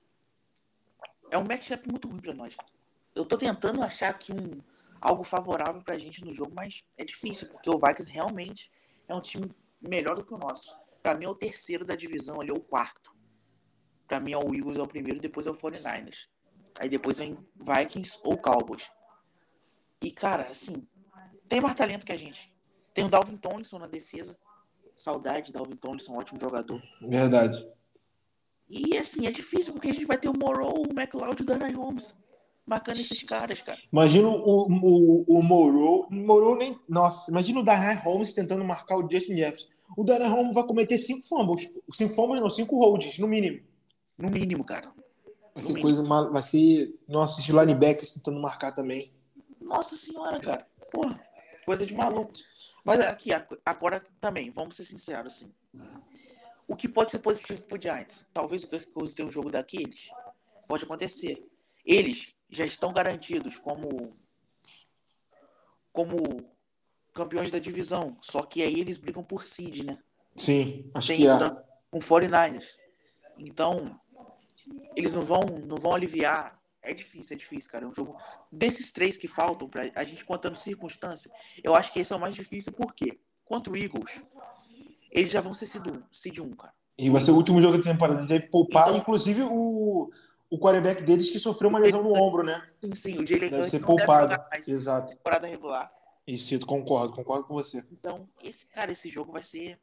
É um matchup muito ruim para nós. Eu tô tentando achar aqui um, algo favorável pra gente no jogo, mas é difícil, porque o Vikings realmente é um time melhor do que o nosso. Pra mim é o terceiro da divisão, ali é o quarto. Pra mim é o Eagles é o primeiro, depois é o quarenta e nove ers. Aí depois vem Vikings ou Cowboys. E, cara, assim, tem mais talento que a gente. Tem o Dalvin Tomlinson na defesa. Saudade, Dalvin Tomlinson, ótimo jogador. Verdade. E, assim, é difícil, porque a gente vai ter o Moreau, o McLeod e o Darnay Holmes marcando esses caras, cara. Imagina o, o, o Moreau. Moreau nem. Nossa, imagina o Darnay Holmes tentando marcar o Justin Jefferson. O Darnay Holmes vai cometer cinco fumbles. Cinco fumbles, não, cinco holds, no mínimo. No mínimo, cara. Vai No ser mínimo. coisa mal. Vai ser. Nossa, os linebackers tentando marcar também. Nossa senhora, cara. Porra, coisa de maluco. Mas aqui, agora também, vamos ser sinceros, assim. O que pode ser positivo pro Giants? Talvez o Kirk Cousins tenha um jogo daqueles. Pode acontecer. Eles já estão garantidos como como campeões da divisão. Só que aí eles brigam por seed, né? Sim, acho Tem que isso é. da, com quarenta e nove ers. Então, eles não vão, não vão aliviar. É difícil, é difícil, cara. É um jogo desses três que faltam, pra a gente contando circunstância, eu acho que esse é o mais difícil, por quê? Contra o Eagles, eles já vão ser seed um, cara. E vai ser o último jogo da temporada. Ele deve poupar, Então, inclusive, o, o quarterback deles que sofreu uma lesão no ombro, né? sim, sim, o Jalen Deve Hurts ser não deve poupado. jogar mais Exato. temporada regular. Isso, eu concordo, concordo com você. Então, esse cara, esse jogo vai ser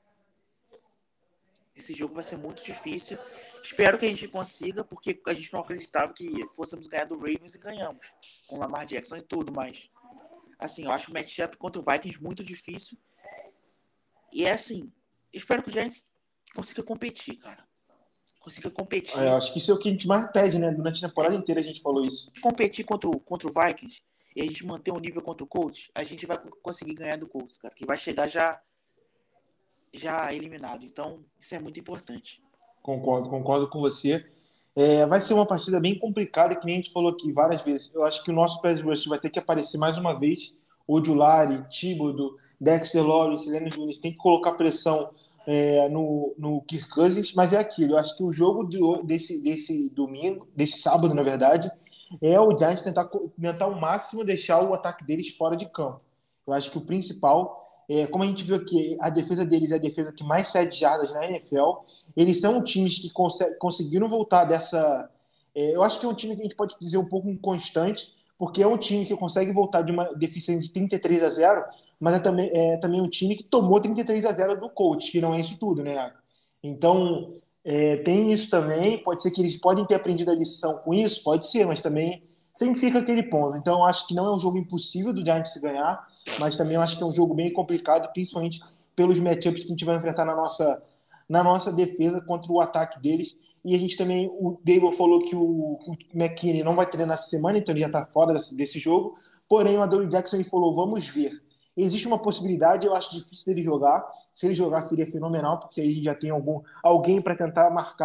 esse jogo vai ser muito difícil. Espero que a gente consiga, porque a gente não acreditava que fôssemos ganhar do Ravens e ganhamos, com o Lamar Jackson e tudo, mas assim, eu acho o matchup contra o Vikings muito difícil. E é assim, espero que o Giants consiga competir, cara. Consiga competir. É, eu acho que isso é o que a gente mais pede, né? Durante a temporada inteira a gente falou isso. Competir contra o, contra o Vikings e a gente manter o nível contra o Colts, a gente vai conseguir ganhar do Colts, cara, que vai chegar já já eliminado. Então, isso é muito importante. Concordo, concordo com você. É, vai ser uma partida bem complicada, que nem a gente falou aqui várias vezes. Eu acho que o nosso pass rush vai ter que aparecer mais uma vez. Odulari, Thibodeau, Dexter Lawrence, Leonard Williams tem que colocar pressão é, no, no Kirk Cousins, mas é aquilo. Eu acho que o jogo de, desse, desse domingo, desse sábado, na verdade, é o Giants tentar, tentar ao máximo deixar o ataque deles fora de campo. Eu acho que o principal, é, como a gente viu aqui, a defesa deles é a defesa que mais cede jardas na N F L. Eles são times que conseguiram voltar dessa... É, eu acho que é um time que a gente pode dizer um pouco inconstante, porque é um time que consegue voltar de uma deficiência de trinta e três a zero, mas é também, é também um time que tomou trinta e três a zero do coach, que não é isso tudo, né? Então, é, tem isso também. Pode ser que eles podem ter aprendido a lição com isso, pode ser, mas também sempre fica aquele ponto. Então, eu acho que não é um jogo impossível do Giants se ganhar, mas também eu acho que é um jogo bem complicado, principalmente pelos matchups que a gente vai enfrentar na nossa... na nossa defesa contra o ataque deles. E a gente também, o Dable falou que o, que o McKinney não vai treinar essa semana, então ele já está fora desse, desse jogo. Porém, o Adoree Jackson ele falou, vamos ver. Existe uma possibilidade, eu acho difícil dele jogar. Se ele jogar, seria fenomenal, porque aí a gente já tem algum, alguém para tentar marcar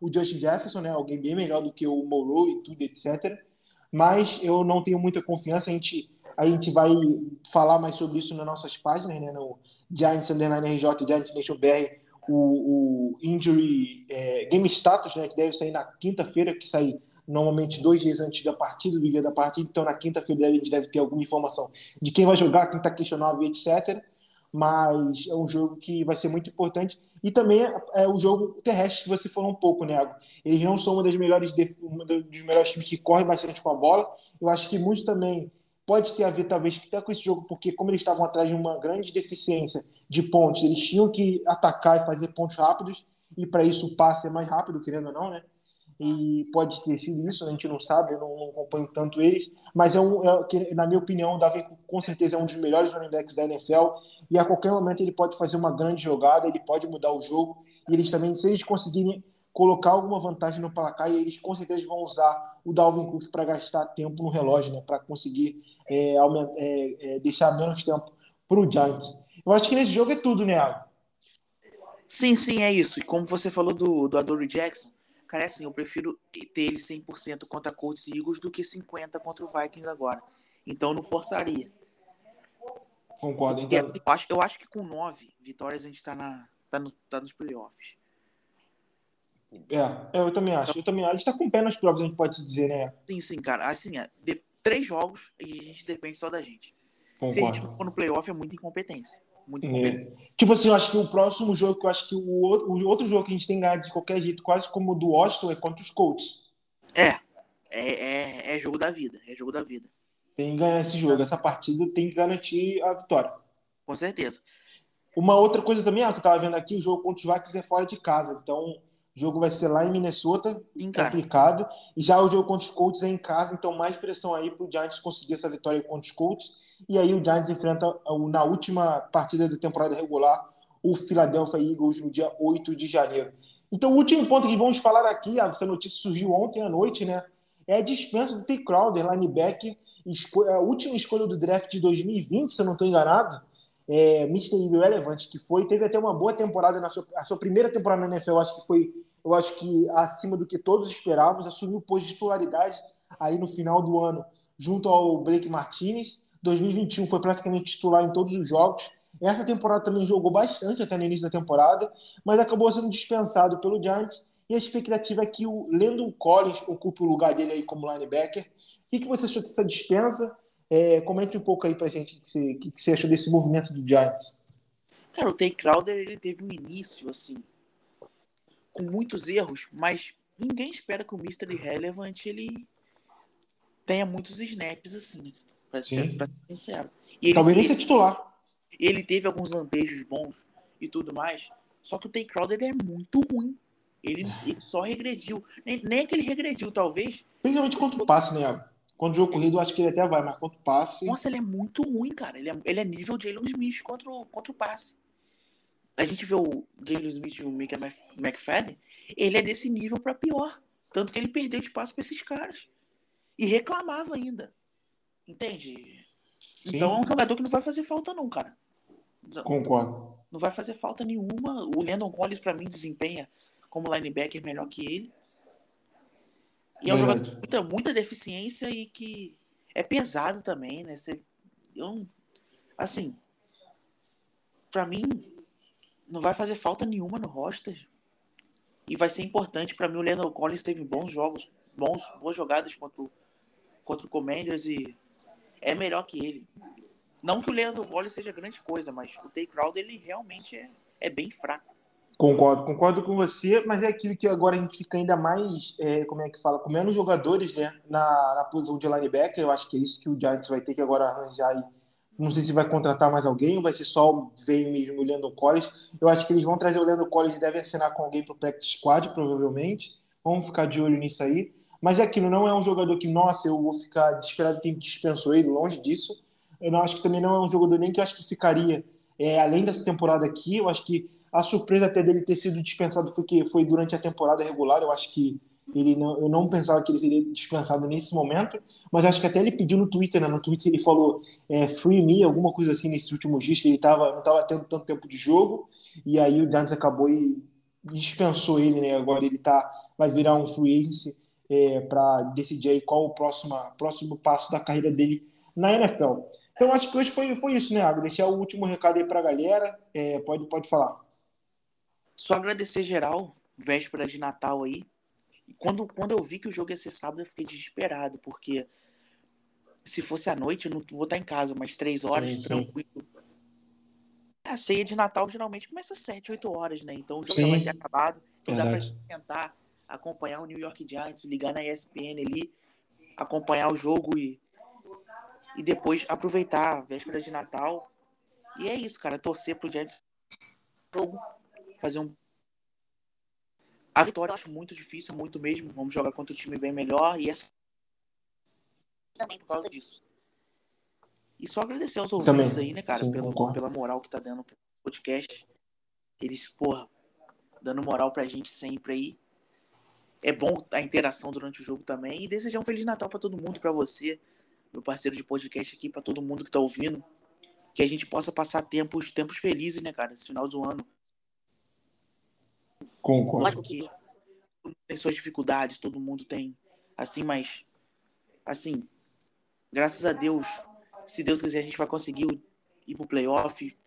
o Justin Jefferson, né? Alguém bem melhor do que o Moreau e tudo, etcétera. Mas eu não tenho muita confiança. A gente, a gente vai falar mais sobre isso nas nossas páginas, né? No Giants Underline R J, Giants Nation B R, o, o Injury é, Game Status, né? Que deve sair na quinta-feira, que sai normalmente dois dias antes da partida, do dia da partida. Então, na quinta-feira a gente deve ter alguma informação de quem vai jogar, quem está questionável, etcétera. Mas é um jogo que vai ser muito importante. E também é, é o jogo terrestre que você falou um pouco, né? Eles não são uma das melhores uma dos melhores times que corre bastante com a bola. Eu acho que muito também pode ter a ver, talvez, até com esse jogo, porque como eles estavam atrás de uma grande deficiência de pontos, eles tinham que atacar e fazer pontos rápidos, e para isso o passe é mais rápido, querendo ou não, né? E pode ter sido isso, a gente não sabe, eu não, não acompanho tanto eles, mas é um, é, na minha opinião, o Davi com certeza é um dos melhores running backs da N F L, e a qualquer momento ele pode fazer uma grande jogada, ele pode mudar o jogo, e eles também, se eles conseguirem colocar alguma vantagem no placar, eles com certeza vão usar o Dalvin Cook para gastar tempo no relógio, né, para conseguir é, aumentar, é, é, deixar menos tempo para o Giants. Eu acho que nesse jogo é tudo, né, Alan? Sim, sim, é isso. E como você falou do, do Adoree Jackson, cara, assim, eu prefiro ter ele cem por cento contra Colts e Eagles do que cinquenta por cento contra o Vikings agora. Então eu não forçaria. Concordo, Porque, assim, então. eu, acho, eu acho que com nove vitórias a gente tá, na, tá, no, tá nos playoffs. É, eu também acho. Eu também acho. A gente tá com pé nas provas, a gente pode dizer, né? Sim, sim, cara. Assim, é, de, três jogos e a gente depende só da gente. Se a gente não Concordo. for no playoff, é muita incompetência. Muita incompetência. É. Tipo assim, eu acho que o próximo jogo, que eu acho que o outro, o outro jogo que a gente tem que ganhar de qualquer jeito, quase como o do Washington, é contra os Colts. É, é, é, é jogo da vida. É jogo da vida. Tem que ganhar esse jogo. Essa partida tem que garantir a vitória. Com certeza. Uma outra coisa também, ó, que eu tava vendo aqui, o jogo contra os Vikings é fora de casa. Então, o jogo vai ser lá em Minnesota, Sim, cara. complicado. E já o jogo contra os Colts é em casa, então mais pressão aí pro Giants conseguir essa vitória contra os Colts. E aí o Giants enfrenta, na última partida da temporada regular, o Philadelphia Eagles no dia oito de janeiro. Então, o último ponto que vamos falar aqui, essa notícia surgiu ontem à noite, né? É a dispensa do Tay Crowder, linebacker, a última escolha do draft de dois mil e vinte, se eu não estou enganado. É, mister Irrelevant, que foi, teve até uma boa temporada, na sua, a sua primeira temporada na N F L, eu acho que foi, eu acho que acima do que todos esperávamos, assumiu o posto de titularidade aí no final do ano, junto ao Blake Martinez. dois mil e vinte e um foi praticamente titular em todos os jogos. Essa temporada também jogou bastante até no início da temporada, mas acabou sendo dispensado pelo Giants, e a expectativa é que o Landon Collins ocupe o lugar dele aí como linebacker. O que, que você achou dessa dispensa? É, comente um pouco aí pra gente o que você, que você achou desse movimento do Giants. Cara, o Tay Crowder, ele teve um início, assim, com muitos erros, mas ninguém espera que o mister Irrelevant, ele tenha muitos snaps, assim, pra ser, pra Sim. ser sincero. E ele, Talvez nem ele, ser titular. ele teve alguns lampejos bons e tudo mais, só que o Tay Crowder é muito ruim. Ele, ele só regrediu. Nem, nem é que ele regrediu, talvez. Principalmente contra o passe, né? Contra o jogo corrido, eu acho que ele até vai, mas contra o passe. Nossa, ele é muito ruim, cara. Ele é, ele é nível Jalen Smith contra o, contra o passe. A gente vê o Jalen Smith e o Micah McFadden, ele é desse nível pra pior. Tanto que ele perdeu de passe pra esses caras. E reclamava ainda. Entende? Então é um Sim, jogador que não vai fazer falta não, cara. concordo. Não vai fazer falta nenhuma. O Landon Collins, pra mim, desempenha como linebacker melhor que ele. E é um jogador com Verdade. muita, muita deficiência e que é pesado também, né? Você, eu, assim, pra mim, não vai fazer falta nenhuma no roster. E vai ser importante. Pra mim, o Landon Collins teve bons jogos, bons, boas jogadas contra o, contra o Commanders e é melhor que ele. Não que o Landon Collins seja grande coisa, mas o Tay Crowder, ele realmente é, é bem fraco. Concordo, concordo com você, mas é aquilo que agora a gente fica ainda mais, é, como é que fala, com menos jogadores, né, na, na posição de linebacker. Eu acho que é isso que o Giants vai ter que agora arranjar aí. Não sei se vai contratar mais alguém ou vai ser só veio mesmo o Landon Collins. Eu acho que eles vão trazer o Landon Collins e devem assinar com alguém para o practice squad, provavelmente. Vamos ficar de olho nisso aí. Mas é aquilo, não é um jogador que, nossa, eu vou ficar desesperado que dispensou ele, longe disso. Eu não acho que também não é um jogador nem que eu acho que ficaria, é, além dessa temporada aqui. Eu acho que a surpresa até dele ter sido dispensado foi que foi durante a temporada regular. Eu acho que ele não, eu não pensava que ele seria dispensado nesse momento, mas acho que até ele pediu no Twitter, né? No Twitter ele falou é, free me, alguma coisa assim nesses últimos dias, que ele tava, não estava tendo tanto tempo de jogo, e aí o Giants acabou e dispensou ele, né? Agora ele está vai virar um free agency é, para decidir aí qual o próximo, próximo passo da carreira dele na N F L. Então, acho que hoje foi, foi isso, né, Água? Deixar o último recado aí para a galera. É, pode, pode falar. Só agradecer geral, véspera de Natal aí. E quando, quando eu vi que o jogo ia ser sábado, eu fiquei desesperado, porque se fosse à noite, eu não vou estar em casa, mas três horas, Sim, sim. tranquilo. A ceia de Natal geralmente começa às sete, oito horas, né? Então o jogo já vai ter Sim, acabado. Então dá pra verdade. gente tentar acompanhar o New York Giants, ligar na E S P N ali, acompanhar o jogo e, e depois aproveitar a véspera de Natal. E é isso, cara. Torcer pro Giants jogo, fazer um. A vitória eu acho muito difícil, muito mesmo. Vamos jogar contra um time bem melhor. E essa também por causa disso. E só agradecer aos ouvintes aí, Também, né, cara, sim, pelo, concordo. pela moral que tá dando pro podcast. Eles, porra, dando moral pra gente sempre aí. É bom a interação durante o jogo também. E desejar um Feliz Natal pra todo mundo, pra você, meu parceiro de podcast aqui, pra todo mundo que tá ouvindo. Que a gente possa passar tempos, tempos felizes, né, cara, esse final do ano. Concordo. Lógico que todo mundo tem suas dificuldades, todo mundo tem, assim, mas, assim, graças a Deus, se Deus quiser, a gente vai conseguir ir pro playoff.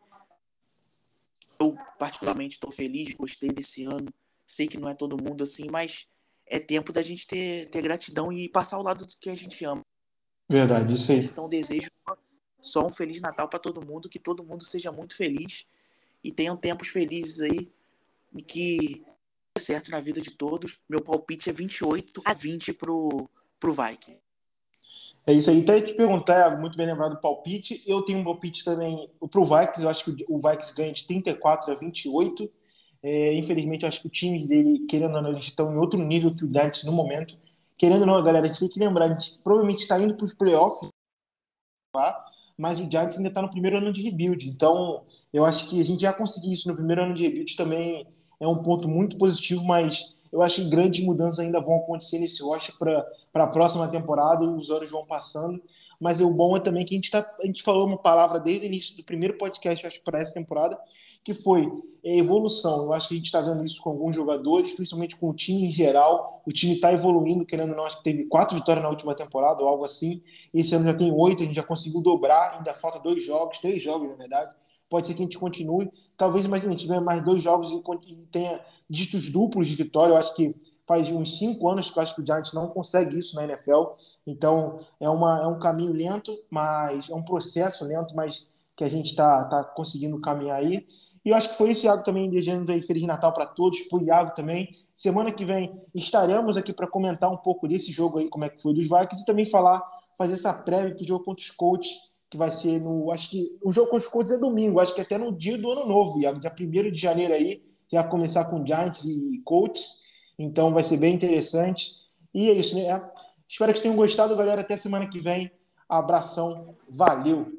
Eu, particularmente, estou feliz, gostei desse ano. Sei que não é todo mundo assim, mas é tempo da gente ter, ter gratidão e passar ao lado do que a gente ama. Verdade, isso aí. Então, desejo só um Feliz Natal para todo mundo, que todo mundo seja muito feliz e tenham tempos felizes aí e que dê certo na vida de todos. Meu palpite é vinte e oito a vinte pro, pro Viking. É isso aí. Até te perguntar, muito bem lembrado do palpite. Eu tenho um palpite também pro Vikings. Eu acho que o Vikings ganha de trinta e quatro a vinte e oito. É, infelizmente, eu acho que o time dele, querendo ou não, eles estão em outro nível que o Giants no momento. Querendo ou não, galera, a gente tem que lembrar, a gente provavelmente está indo para os playoffs, tá? Mas o Giants ainda está no primeiro ano de rebuild. Então, eu acho que a gente já conseguiu isso no primeiro ano de rebuild também é um ponto muito positivo, mas eu acho que grandes mudanças ainda vão acontecer nesse roster para a próxima temporada e os anos vão passando. Mas o bom é também que a gente, tá, a gente falou uma palavra desde o início do primeiro podcast, acho que para essa temporada, que foi evolução. Eu acho que a gente está vendo isso com alguns jogadores, principalmente com o time em geral. O time está evoluindo, querendo ou não, acho que teve quatro vitórias na última temporada ou algo assim. Esse ano já tem oito, a gente já conseguiu dobrar, ainda falta dois jogos, três jogos, na verdade. Pode ser que a gente continue. Talvez, imagine, a gente ganhe mais dois jogos e tenha dígitos duplos de vitória. Eu acho que faz uns cinco anos que eu acho que o Giants não consegue isso na N F L. Então, é, uma, é um caminho lento, mas é um processo lento, mas que a gente está tá conseguindo caminhar aí. E eu acho que foi isso, Iago, também desejando aí Feliz Natal para todos, para o Iago também. Semana que vem estaremos aqui para comentar um pouco desse jogo aí, como é que foi dos Vikings, e também falar, fazer essa prévia do jogo contra os Colts, que vai ser no. Acho que o jogo contra os Colts é domingo, acho que até no dia do ano novo, Iago, dia primeiro de janeiro aí, já começar com Giants e Colts. Então vai ser bem interessante. E é isso, né? Espero que tenham gostado, galera. Até semana que vem. Abração. Valeu!